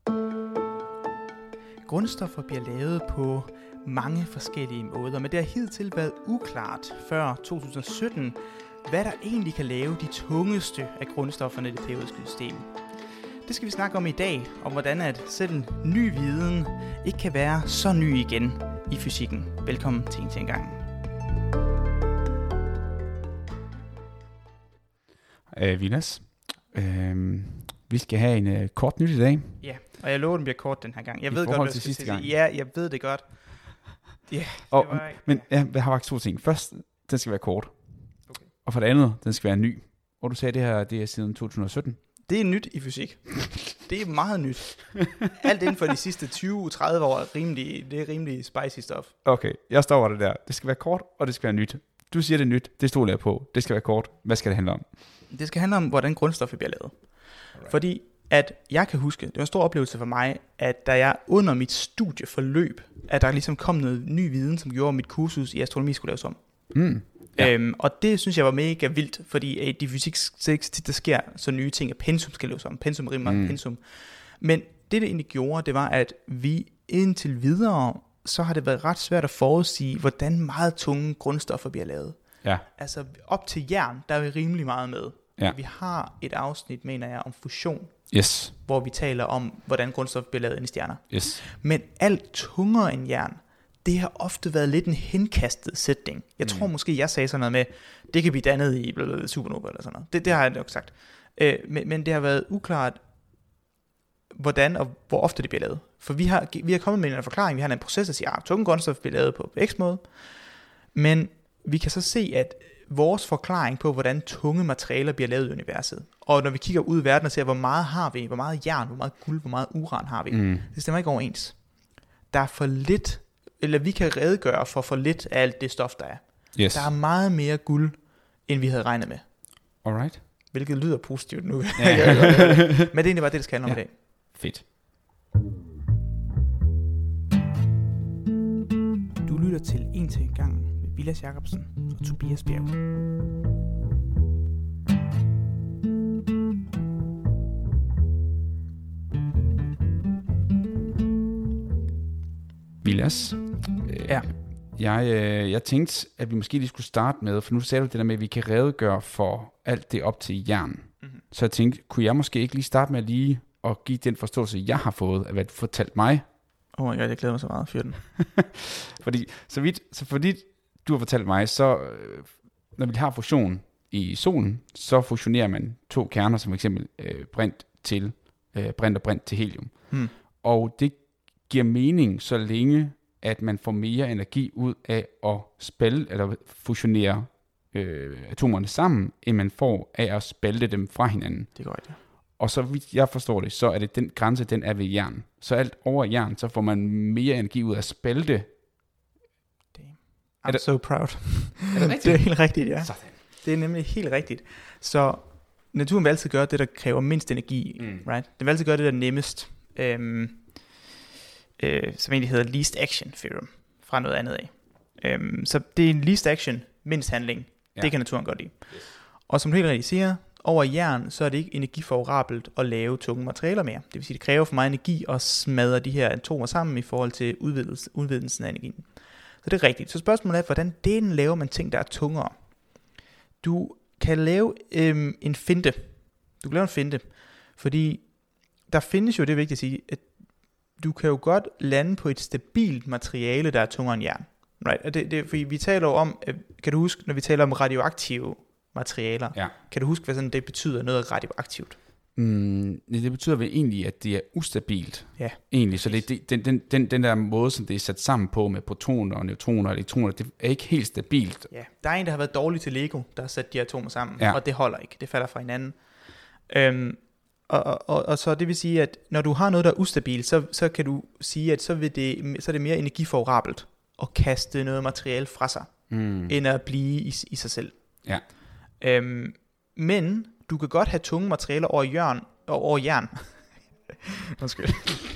Grundstoffer bliver lavet på mange forskellige måder, men det har hidtil været uklart før 2017, hvad der egentlig kan lave de tungeste af grundstofferne i det periodiske system. Det skal vi snakke om i dag, om hvordan at selv ny viden ikke kan være så ny igen i fysikken. Velkommen til En Gang. Vilas, vi skal have en kort nyt i dag. Ja, og jeg lover, den bliver kort den her gang. Jeg I ved godt, forhold hvad til sidste gang. Ja, jeg ved det godt. Ja, Men jeg har faktisk to ting. Først, den skal være kort. Okay. Og for det andet, den skal være ny. Og du sagde, det er siden 2017. Det er nyt i fysik. Det er meget nyt. Alt inden for de sidste 20-30 år er rimelig spicy stuff. Okay, jeg står over det der. Det skal være kort, og det skal være nyt. Du siger, det er nyt. Det stoler jeg på. Det skal være kort. Hvad skal det handle om? Det skal handle om, hvordan grundstoffer bliver lavet. Alright. Fordi at jeg kan huske, det var en stor oplevelse for mig, at da jeg under mit studieforløb, at der ligesom kom noget ny viden, som gjorde, at mit kursus i astronomi skulle laves om. Ja. Og det synes jeg var mega vildt, fordi i fysik tit der sker så nye ting, at pensum skal laves om. Pensum rimmer pensum. Men det egentlig gjorde, det var, at vi indtil videre, så har det været ret svært at forudsige, hvordan meget tunge grundstoffer bliver lavet. Ja. Altså op til jern, der er vi rimelig meget med. Ja. Vi har et afsnit, mener jeg, om fusion. Yes. Hvor vi taler om, hvordan grundstoffer bliver lavet ind i stjerner. Yes. Men alt tungere end jern, det har ofte været lidt en henkastet sætning. Jeg tror måske, jeg sagde sådan noget med, det kan blive dannet i supernova eller sådan noget. Det har jeg nok sagt. Men det har været uklart, hvordan og hvor ofte det bliver lavet. For vi har kommet med en forklaring. Vi har en proces, der siger, at tunge grundstoffer bliver lavet på X måde. Men vi kan så se, at vores forklaring på, hvordan tunge materialer bliver lavet i universet, og når vi kigger ud i verden og ser, hvor meget har vi, hvor meget jern, hvor meget guld, hvor meget uran har vi, det stemmer ikke overens. Der er for lidt, eller vi kan redegøre for lidt af alt det stof, der er. Yes. Der er meget mere guld, end vi havde regnet med. Alright. Hvilket lyder positivt nu. Ja. Men det er egentlig bare det skal handle om i dag. Fedt. Du lytter til En Gang med Vilas Jacobsen og Tobias Bjerg. Vilas. Ja. Jeg tænkte, at vi måske lige skulle starte med, for nu sagde du det der med, at vi kan redegøre for alt det op til jern. Mm-hmm. Så jeg tænkte, kunne jeg måske ikke lige starte med lige at give den forståelse, jeg har fået af hvad du fortalte mig? Oh my god, jeg glæder mig så meget, fyr den. fordi du har fortalt mig, så når vi har fusion i solen, så fusionerer man to kerner, som f.eks. brint og brint til helium. Og det giver mening, så længe at man får mere energi ud af at spalte eller fusionere atomerne sammen, end man får af at spalte dem fra hinanden. Det går ikke. Og så vidt jeg forstår det, så er det den grænse, den er ved jern. Så alt over jern, så får man mere energi ud af at spalte. I'm so proud. Er det rigtigt? Det er helt rigtigt, ja. Sådan. Det er nemlig helt rigtigt. Så naturen vil altid gøre det, der kræver mindst energi. Right? Den vil altid gøre det, der er nemmest. Som egentlig hedder least action theorem, fra noget andet af. Så det er en least action, mindst handling. Ja. Det kan naturen godt lide. Yes. Og som du helt rigtigt siger, over jern, så er det ikke energifavorabelt at lave tunge materialer mere. Det vil sige, det kræver for meget energi at smadre de her atomer sammen i forhold til udvidelsen af energien. Så det er rigtigt. Så spørgsmålet er, hvordan delen laver man ting, der er tungere? Du kan lave en finte. Du kan lave en finte, fordi der findes jo, det er vigtigt at sige, at du kan jo godt lande på et stabilt materiale, der er tungere end jern. Right? Fordi vi taler jo om, kan du huske, når vi taler om radioaktive materialer, kan du huske, hvad sådan det betyder, noget radioaktivt? Det betyder vel egentlig, at det er ustabilt. Ja. Egentlig, så det, den der måde, som det er sat sammen på med protoner og neutroner og elektroner, det er ikke helt stabilt. Ja, der er en, der har været dårlig til Lego, der har sat de atomer sammen, og det holder ikke, det falder fra hinanden. Og så det vil sige, at når du har noget, der er ustabilt, så kan du sige, at så er det mere energifavorabelt at kaste noget materiale fra sig, end at blive i sig selv. Ja. Men du kan godt have tunge materialer over jern. Undskyld.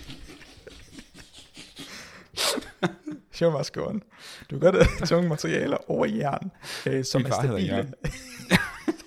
Show must go on. Du kan godt have tunge materialer over jern, som er stabile.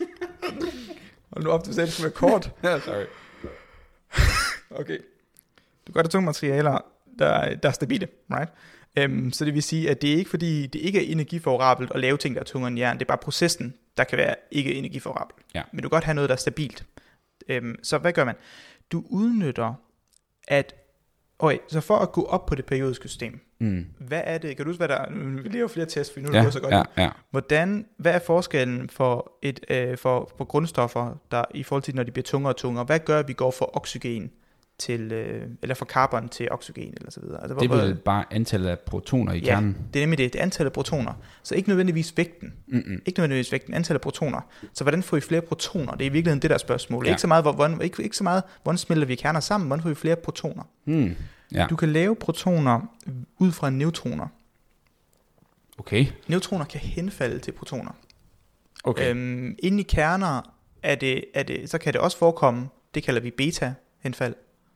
Og nu op, du sagde, det skulle være kort. Ja, sorry. Okay. Du gør det tunge materialer, der er stabile, right? Så det vil sige, at det er ikke fordi, det ikke er energifavorabelt at lave ting, der er tungere end jern. Det er bare processen, der kan være ikke energifavorabelt. Ja. Men du kan godt have noget, der er stabilt. Så hvad gør man? Du udnytter, at så for at gå op på det periodiske system, hvad er det? Kan du huske, hvad der vi laver flere tests, for nu er det så godt. Ja. Hvad er forskellen for grundstoffer, der i forhold til, når de bliver tungere og tungere? Hvad gør, at vi går fra oxygen til, eller fra carbon til oxygen, eller så videre? Altså, det er vel bare antallet af protoner i kernen? Det er nemlig det er antallet af protoner. Så ikke nødvendigvis vægten. Ikke nødvendigvis vægten, antallet af protoner. Så hvordan får vi flere protoner? Det er i virkeligheden det der spørgsmål. Ja. Ikke så meget, hvordan smelter vi kerner sammen, hvordan får vi flere protoner? Ja. Du kan lave protoner ud fra neutroner. Okay. Neutroner kan henfalde til protoner. Okay. Inde i kerner så kan det også forekomme, det kalder vi beta-henfald.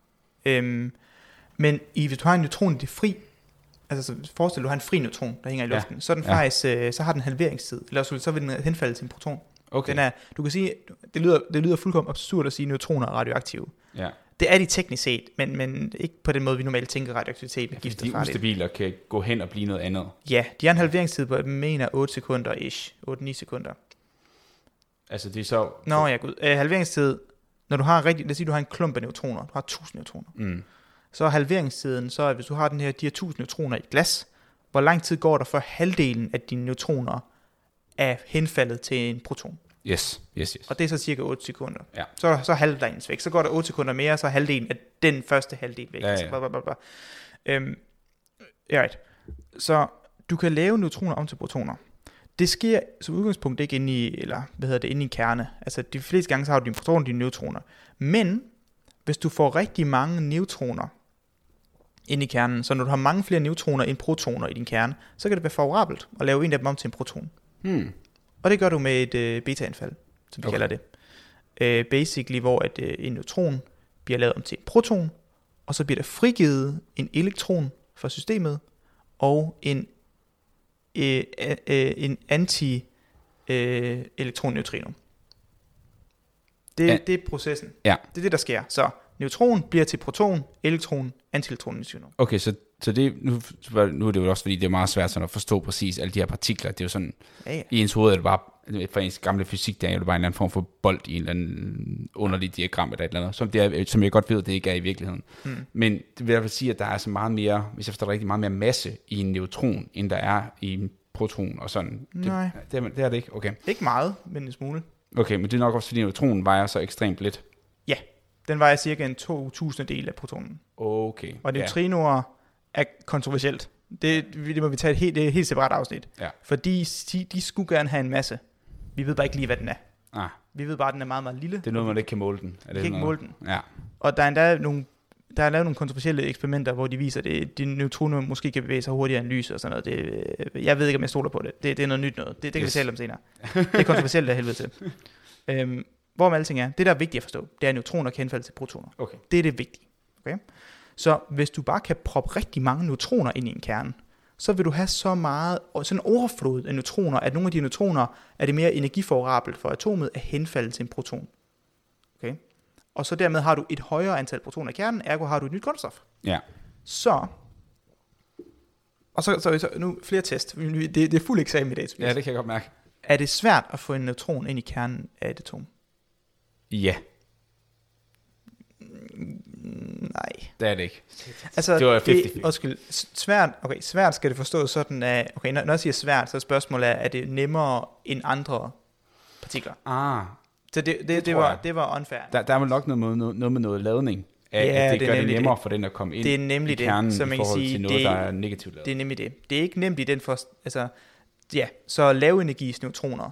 Men hvis du har en neutron, det er fri, altså så forestil dig, du har en fri neutron, der hænger i luften, så er den faktisk, så har den halveringstid, eller så vil den henfalde til en proton. Okay. Du kan sige, det lyder fuldkommen absurd at sige, at neutroner er radioaktive. Ja. Det er de teknisk set, men ikke på den måde, vi normalt tænker radioaktivitet med gift og farligt. De ustabile kan gå hen og blive noget andet. Ja, de har en halveringstid på, jeg mener, 8 sekunder-ish. 8-9 sekunder. Altså det er så... halveringstid, når du har lad os sige, du har en klump af neutroner, du har 1000 neutroner. Så er halveringstiden, så hvis du har de her 1000 neutroner i et glas, hvor lang tid går der for halvdelen af dine neutroner er henfaldet til en proton? Yes. Og det er så cirka 8 sekunder. Ja. Så er halvdelen væk. Så går der 8 sekunder mere, så er halvdelen af den første halvdel væk. Ja. Right. Så du kan lave neutroner om til protoner. Det sker som udgangspunkt ikke inde i en kerne. Altså de fleste gange så har du dine protoner og dine neutroner. Men hvis du får rigtig mange neutroner ind i kernen, så når du har mange flere neutroner end protoner i din kerne, så kan det være favorabelt at lave en af dem om til en proton. Og det gør du med et beta-indfald, som vi kalder det. Basically, hvor en neutron bliver lavet om til en proton, og så bliver der frigivet en elektron fra systemet, og en anti-elektron-neutrino. Det er processen. Ja. Det er det, der sker. Så neutron bliver til proton, elektron, anti-elektron-neutrino. Okay, så det, nu er det jo også, fordi det er meget svært sådan at forstå præcis alle de her partikler. Det er jo sådan, i ens hoved er det bare, for ens gamle fysik, der er det bare en eller anden form for bold i en eller anden underlig diagram eller et eller andet, som jeg godt ved, det ikke er i virkeligheden. Men det vil jeg sige, at der er så meget mere, hvis jeg forstår rigtig, meget mere masse i en neutron, end der er i en proton og sådan. Nej. Det er det ikke? Okay. Ikke meget, men en smule. Okay, men det er nok også, fordi neutronen vejer så ekstremt lidt. Ja, den vejer cirka en 2000 del af protonen. Okay. Og neutrinoer er kontroversielt. Det må vi tage et helt separat afsnit. Ja. Fordi de skulle gerne have en masse. Vi ved bare ikke lige, hvad den er. Ah. Vi ved bare, at den er meget, meget lille. Det er noget, man ikke kan måle den. kan ikke måle den. Ja. Og der er endda der er lavet nogle kontroversielle eksperimenter, hvor de viser, at de neutroner måske kan bevæge sig hurtigere end lys og sådan noget. Jeg ved ikke, om jeg stoler på det. Det er noget nyt noget. Det kan vi tale om senere. Det er kontroversielt af helvede til. Hvor med alting er, det der er vigtigt at forstå, det er, at neutroner kan henfalde til protoner. Okay. Det er det vigtige. Okay? Så hvis du bare kan proppe rigtig mange neutroner ind i en kerne, så vil du have så meget, sådan en overflod af neutroner, at nogle af de neutroner er det mere energifavorabelt for atomet at henfalde til en proton. Okay? Og så dermed har du et højere antal protoner i kernen, ergo har du et nyt grundstof. Ja. Så nu flere test. Det er fuld eksamen i dag. Ja, det kan jeg godt mærke. Er det svært at få en neutron ind i kernen af et atom? Ja. Nej. Det er det ikke. Altså, det var 50-50. Svært skal det forstås sådan, at når jeg siger svært, så er spørgsmålet er det nemmere end andre partikler? Så det var unfair. Der er vel nok noget med noget ladning. At det gør det nemmere for den at komme ind i kernen i forhold til noget, der er negativt lavet. Det er nemlig det. Det er ikke nemt i den for... Altså, ja, så lavenergis neutroner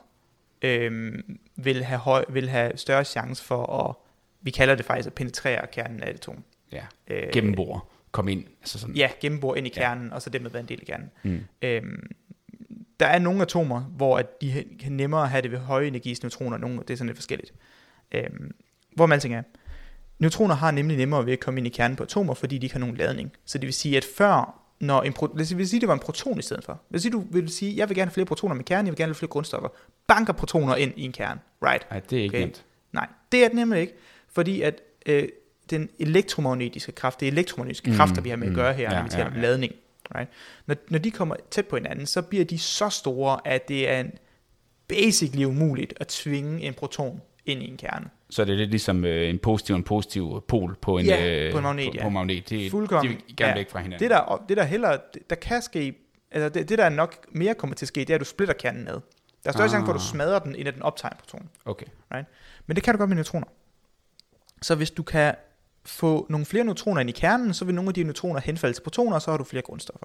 vil have større chance for at... Vi kalder det faktisk at penetrere kernen af et atom. Ja, gennembore. Kom ind. Altså sådan. Ja, gennembore ind i kernen, og så det med at være en del af kernen. Der er nogle atomer, hvor at de kan nemmere have det ved høje energis neutroner. Det er sådan lidt forskelligt. Hvor man alting er. Neutroner har nemlig nemmere ved at komme ind i kernen på atomer, fordi de ikke har nogen ladning. Så det vil sige, at før, lad os sige, det var en proton i stedet for. Hvis du vil sige, jeg vil gerne have flere protoner med kernen, jeg vil gerne have flere grundstoffer. Banker protoner ind i en kerne, right? Nej, det er ikke nemt. Nej, det er det nemlig ikke, fordi at den elektromagnetiske kraft, det elektromagnetiske kræfter, vi har med at gøre her, når vi taler om ladning. Right? Når de kommer tæt på hinanden, så bliver de så store, at det er basically umuligt at tvinge en proton ind i en kerne. Så det er lidt ligesom en positiv pol på en, på en magnet. På magnet. De fuldkommen. De er gerne væk fra hinanden. Det der heller, der kan ske, altså det der nok mere kommer til at ske, det er, at du splitter kernen ned. Der er større chance for, at du smadrer den, end at den optager en proton. Okay. Right? Men det kan du godt med neutroner. Så hvis du kan få nogle flere neutroner ind i kernen, så vil nogle af de neutroner henfalde til protoner, og så har du flere grundstoffer.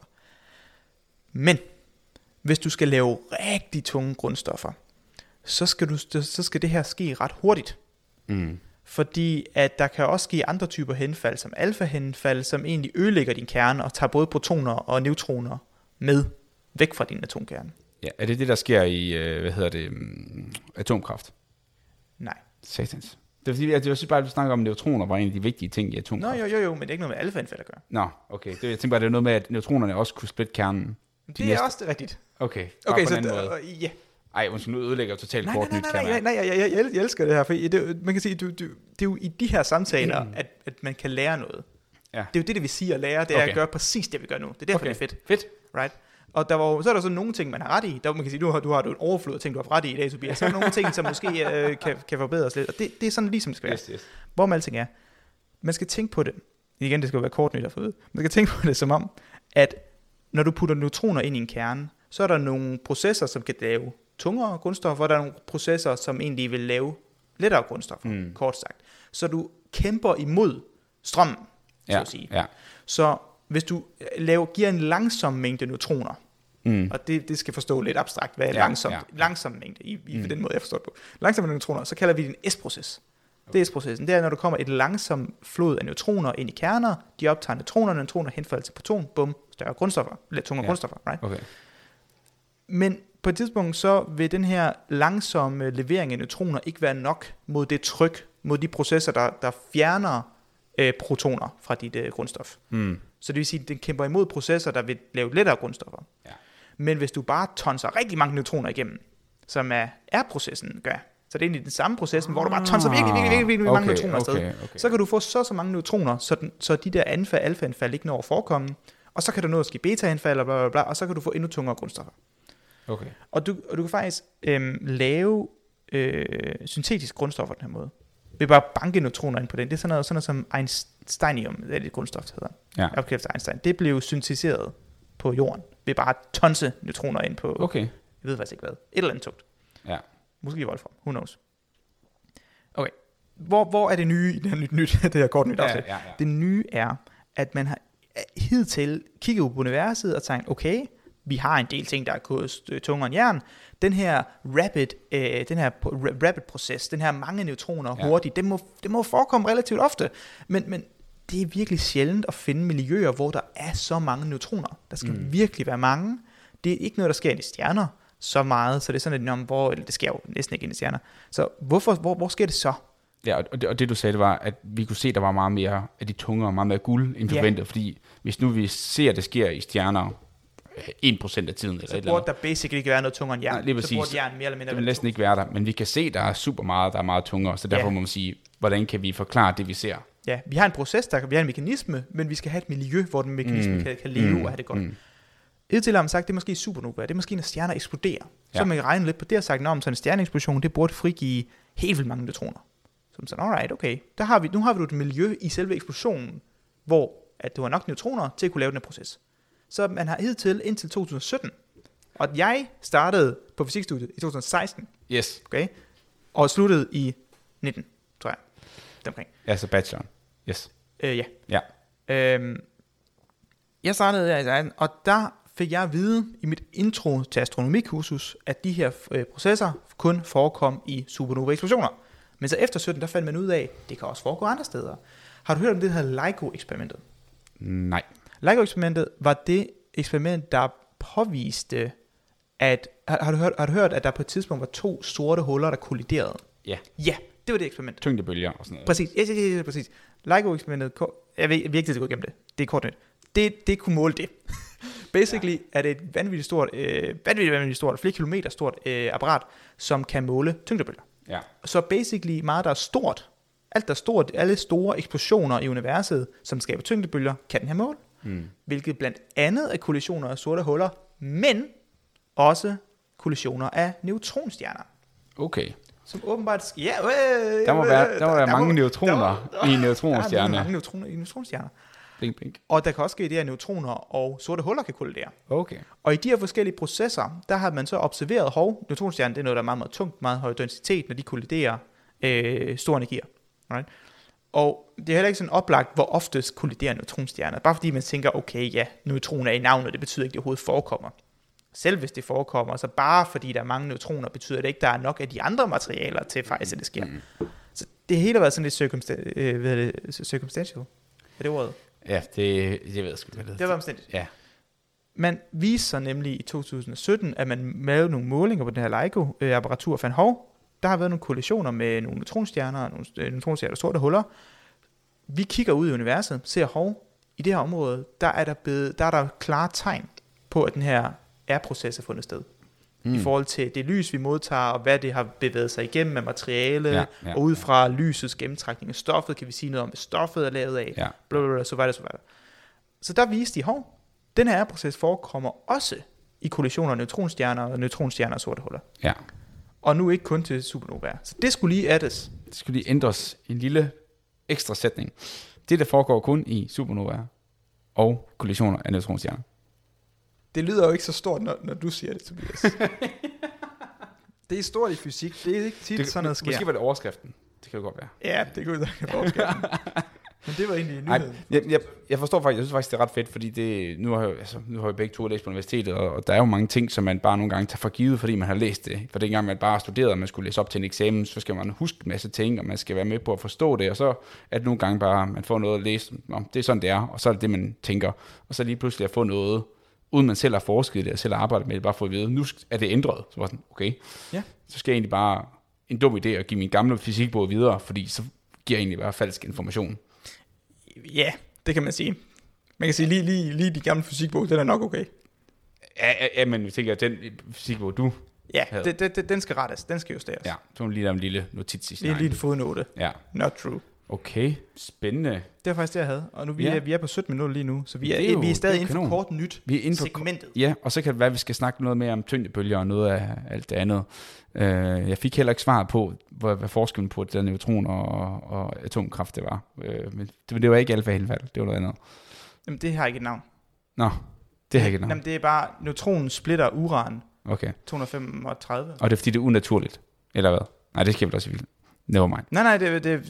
Men hvis du skal lave rigtig tunge grundstoffer, så skal det her ske ret hurtigt. Fordi at der kan også ske andre typer henfald, som alfa-henfald, som egentlig ødelægger din kerne og tager både protoner og neutroner med væk fra din atomkerne. Ja, er det der sker i, atomkraft? Nej. Satans. Det er fordi, jeg synes bare, at du snakker om neutroner var en af de vigtige ting i atomkraft. Jo, men det er ikke noget med alfa-henfald at gøre. Nå, okay. Jeg tænker bare, det er noget med, at neutronerne også kunne splitte kernen. Det er også det rigtigt. Okay, så ja. Ej, undskyld, nu ødelægger jeg totalt kort nyt. Nej, jeg elsker det her, for man kan sige, det er jo i de her samtaler, at man kan lære noget. Ja. Det er jo det vil sige at lære, det er at gøre præcis det, vi gør nu. Det er derfor, det er fedt. Fedt. Right? Og så er der så nogle ting, man har ret i. Der man kan sige, du har en overflod af ting, du har ret i dag, Tobias. Så er der nogle ting, som måske kan forbedres lidt. Og det er sådan ligesom det skal være. Yes. Hvor med alting er. Man skal tænke på det. Igen, det skal jo være kort nyt at få ud. Man skal tænke på det som om, at når du putter neutroner ind i en kerne, så er der nogle processer, som kan lave tungere grundstoffer, og der er nogle processer, som egentlig vil lave lettere grundstoffer, kort sagt. Så du kæmper imod strømmen, så at sige. Ja. Så hvis du giver en langsom mængde neutroner, og det skal forstå lidt abstrakt, hvad er langsom mængde, i den måde, jeg forstår det på. Langsom mængde neutroner, så kalder vi det en S-proces. Det er S-processen. Det er, når der kommer et langsom flod af neutroner ind i kerner, de optager neutroner henfalder til proton, bum, større grundstoffer, lidt tungere grundstoffer, right? Okay. Men på et tidspunkt, så vil den her langsomme levering af neutroner ikke være nok mod det tryk, mod de processer, der fjerner protoner fra dit grundstof. Så det vil sige, at den kæmper imod processer, der vil lave lettere grundstoffer. Ja. Men hvis du bare tonser rigtig mange neutroner igennem, som er R-processen gør, så det er egentlig den samme proces, hvor du bare tonser virkelig mange neutroner afsted. Så kan du få så mange neutroner, så de der alfa-henfald ikke når at forekomme, og så kan der nå at ske beta-henfald, og så kan du få endnu tungere grundstoffer. Okay. Og du kan faktisk lave syntetisk grundstoffer på den her måde. Vi bare banke neutroner ind på den. Det er sådan noget som Einsteinium, det er det grundstof, der hedder. Ja. Opkaldt efter Einstein. Det blev syntetiseret på jorden. Vi bare tonse neutroner ind på, jeg ved faktisk ikke hvad, et eller andet tungt. Ja. Måske Wolfram, who knows. Okay, hvor er det nye i det her det her kort nyt afsnit? Ja. Det nye er, at man har hidtil kigget på universet og tænkt, okay, vi har en del ting, der er gået tungere end jern. Den her rapid proces, den her mange neutroner hurtigt, det må forekomme relativt ofte. Men det er virkelig sjældent at finde miljøer, hvor der er så mange neutroner. Der skal virkelig være mange. Det er ikke noget, der sker i stjerner så meget, så det er sådan, at hvor det sker jo næsten ikke i stjerner. Så hvor sker det så? Ja, og det du sagde, det var, at vi kunne se, at der var meget mere af de tungere, meget mere guld end forventet, fordi hvis nu vi ser, at det sker i stjerner 1% af tiden, eller så burde der basically ikke være noget tungere end jern. Nej, så burde jern mere eller mindre det vil næsten ikke være der, men vi kan se, at der er super meget, der er meget tungere, så derfor må man sige, hvordan kan vi forklare det, vi ser? Ja, vi har en proces, vi har en mekanisme, men vi skal have et miljø, hvor den mekanisme kan leve og have det godt. Indtil har man sagt, det er måske supernova, det er måske, når stjerner eksploderer. Så man kan regne lidt på det og sagt, så en stjerneeksplosion, det burde frigive helt vildt mange neutroner. Så man siger, alright, okay, nu har vi et miljø i selve eksplosionen, hvor at du har nok neutroner til at kunne lave den her proces. Så man har indtil 2017. Og jeg startede på fysikstudiet i 2016. Yes. Okay? Og sluttede i 19, tror jeg. Deromkring. Ja, så bachelor. Yes. Ja. Jeg startede der i 16, og der fik jeg at vide i mit intro til astronomikursus, at de her processer kun forekom i supernova-eksplosioner. Men så efter 17, der fandt man ud af, at det kan også foregå andre steder. Har du hørt om det her LIGO-eksperimentet? Nej. LIGO-eksperimentet var det eksperiment, der påviste, at... Har du hørt, at der på et tidspunkt var 2 sorte huller, der kolliderede? Ja. Ja, det var det eksperiment. Tyngdebølger og sådan noget. Præcis. Ja, præcis. LIGO-eksperimentet... Jeg vil ikke til at gå igennem det. Det er kort nyt. Det kunne måle det. Basically er det et vanvittigt stort, flere kilometer stort apparat, som kan måle tyngdebølger. Ja. Så basically meget, der er stort, alt der er stort, alle store eksplosioner i universet, som skaber tyngdebølger, kan den have mål. Hvilket blandt andet er kollisioner af sorte huller, men også kollisioner af neutronstjerner. Okay. Som åbenbart... Ja, der må være mange neutroner i neutronstjerner. Der er mange neutroner i neutronstjerner. Blink, blink. Og der kan også ske det, at neutroner og sorte huller kan kollidere. Okay. Og i de her forskellige processer, der har man så observeret, neutronstjerner, det er noget, der er meget, meget tungt, meget høj densitet, når de kolliderer store energier. Right? Og det er heller ikke sådan oplagt, hvor oftest kolliderer neutronstjerner. Bare fordi man tænker, okay, ja, neutroner er i navnet, det betyder ikke, at det overhovedet forekommer. Selv hvis det forekommer, så bare fordi der er mange neutroner, betyder det ikke, at der er nok af de andre materialer til faktisk, at det sker. Så det hele har været sådan lidt circumstantial. Er det ordet? Ja, det ved jeg sgu. Det var omstændigt. Ja. Man viste sig nemlig i 2017, at man lavede nogle målinger på den her LIGO-apparatur og fandt, der har været nogle kollisioner med nogle neutronstjerner, og sorte huller. Vi kigger ud i universet, ser, i det her område, der er der klare tegn på, at den her R-proces er fundet sted. I forhold til det lys, vi modtager, og hvad det har bevæget sig igennem af materiale, og ud fra lysets gennemtrækning af stoffet, kan vi sige noget om, hvad stoffet er lavet af, blablabla, så videre. Så der viste de, den her R-proces forekommer også i kollisioner af neutronstjerner og sorte huller. Ja. Og nu ikke kun til supernovaer. Så det skulle lige addes. Det skulle lige ændres en lille ekstra sætning. Det, der foregår kun i supernovaer og kollisioner af neutronstjerner. Det lyder jo ikke så stort, når du siger det, Tobias. Det er stort i fysik. Det er ikke tit sådan noget sker. Måske var det overskriften. Det kan jo godt være. Ja, det kan jo være overskriften. Men det var egentlig nyheden. Jeg forstår faktisk, jeg synes faktisk, det er ret fedt, fordi nu har jeg begge to læst på universitetet, og der er jo mange ting, som man bare nogle gange tager for givet, fordi man har læst det. For dengang man bare studerede, og man skulle læse op til en eksamen, så skal man huske en masse ting, og man skal være med på at forstå det, og så er det nogle gange bare, man får noget at læse, det er sådan det er, og så er det det, man tænker. Og så lige pludselig at få noget, uden man selv har forsket det, og selv har arbejdet med det, bare for at vide, nu er det ændret. Så var sådan, okay, så skal jeg egentlig bare en dum idé at give min gamle fysikbog videre, fordi så giver jeg egentlig bare falsk information. Ja, det kan man sige. Man kan sige, lige de gamle fysikbog, den er nok okay. Ja, men vi tænker, at den fysikbog, du havde. Den skal rettes, den skal justeres. Ja, så må lige lave en lille notits i snakken. Lige en fodnote. Ja. Not true. Okay, spændende. Det var faktisk det, jeg havde. Og nu vi er på 17 minutter lige nu, så vi er stadig inden for kort nyt segmentet. Ja, og så kan det være, at vi skal snakke noget mere om tyngdebølger og noget af alt det andet. Jeg fik heller ikke svaret på, hvad forskellen på det der neutroner og atomkraft det var. Men det var ikke alfa henfald, det var noget andet. Jamen, det har ikke et navn. Nå, det har ikke et navn. Jamen, det er bare, neutronen splitter uran. Okay. 235. Og det er fordi, det er unaturligt, eller hvad? Nej, det skal vel også i vildt. Never mind. Nej,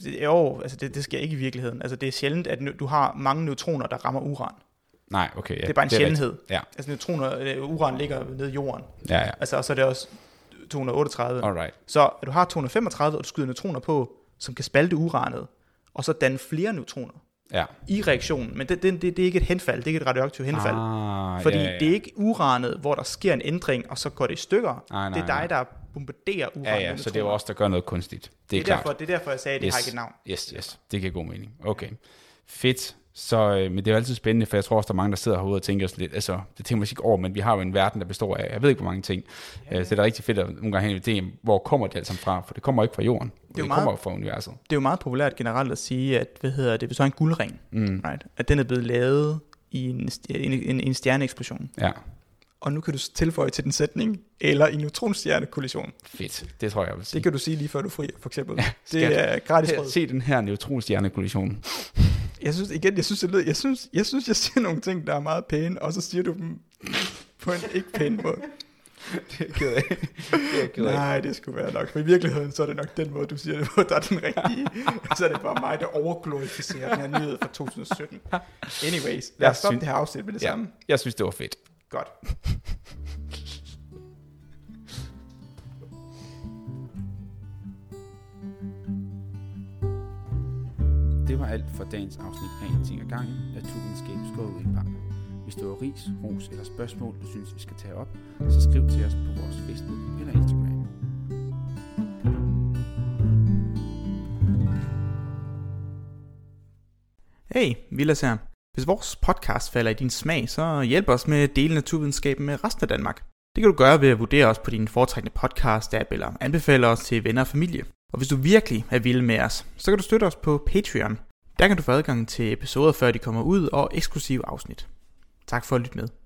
det sker ikke i virkeligheden. Altså, det er sjældent, at du har mange neutroner, der rammer uran. Nej, okay. Ja. Det er bare en sjældenhed. Ja. Altså, uran ligger nede i jorden. Ja. Altså, og så er det også 238. Alright. Så at du har 235, og du skyder neutroner på, som kan spalte uranet, og så danne flere neutroner i reaktionen. Men det er ikke et henfald, det er ikke et radioaktivt henfald. Fordi det er ikke uranet, hvor der sker en ændring, og så går det i stykker. Nej, det er dig, der bombarderer uranet. Ja, så det er jo også der gør noget kunstigt. Det er derfor, jeg sagde, at det har ikke et navn. Yes, det giver god mening. Okay, fedt. Så, men det er jo altid spændende, for jeg tror også, der er mange, der sidder herude og tænker sådan lidt, altså, det tænker man ikke over, men vi har jo en verden, der består af, jeg ved ikke, hvor mange ting. Så det er rigtig fedt at nogle gange have en idé, hvor kommer det alt sammen fra, for det kommer ikke fra jorden, det kommer fra universet. Det er jo meget populært generelt at sige, at, hvis så en guldring, right? At den er blevet lavet i en stjerneeksplosion. Ja. Og nu kan du tilføje til den sætning, eller i neutronstjernekollision. Fedt, det tror jeg vil sige. Det kan du sige lige før du fri, for eksempel. Ja, det er gratis råd. Se den her neutronstjernekollision. Jeg synes, jeg siger nogle ting, der er meget pæne, og så siger du dem på en ikke pæn måde. Det er ked af. Nej, det skulle være nok. For i virkeligheden, så er det nok den måde, du siger det på, der er den rigtige. Så er det bare mig, der overglorificerer den her nyhed fra 2017. Anyways, lad os stoppe det her afsnit med det samme. Jeg synes, det var fedt. Godt. Det var alt for dagens afsnit af En ting ad gangen, naturvidenskab skåret ud i pap. Hvis du har ris, ros eller spørgsmål, du synes, vi skal tage op, så skriv til os på vores Facebook eller Instagram. Hey, Vilas her. Hvis vores podcast falder i din smag, så hjælp os med at dele naturvidenskaben med resten af Danmark. Det kan du gøre ved at vurdere os på din foretrækkende podcast-app eller anbefale os til venner og familie. Og hvis du virkelig er vild med os, så kan du støtte os på Patreon. Der kan du få adgang til episoder, før de kommer ud, og eksklusive afsnit. Tak for at lytte med.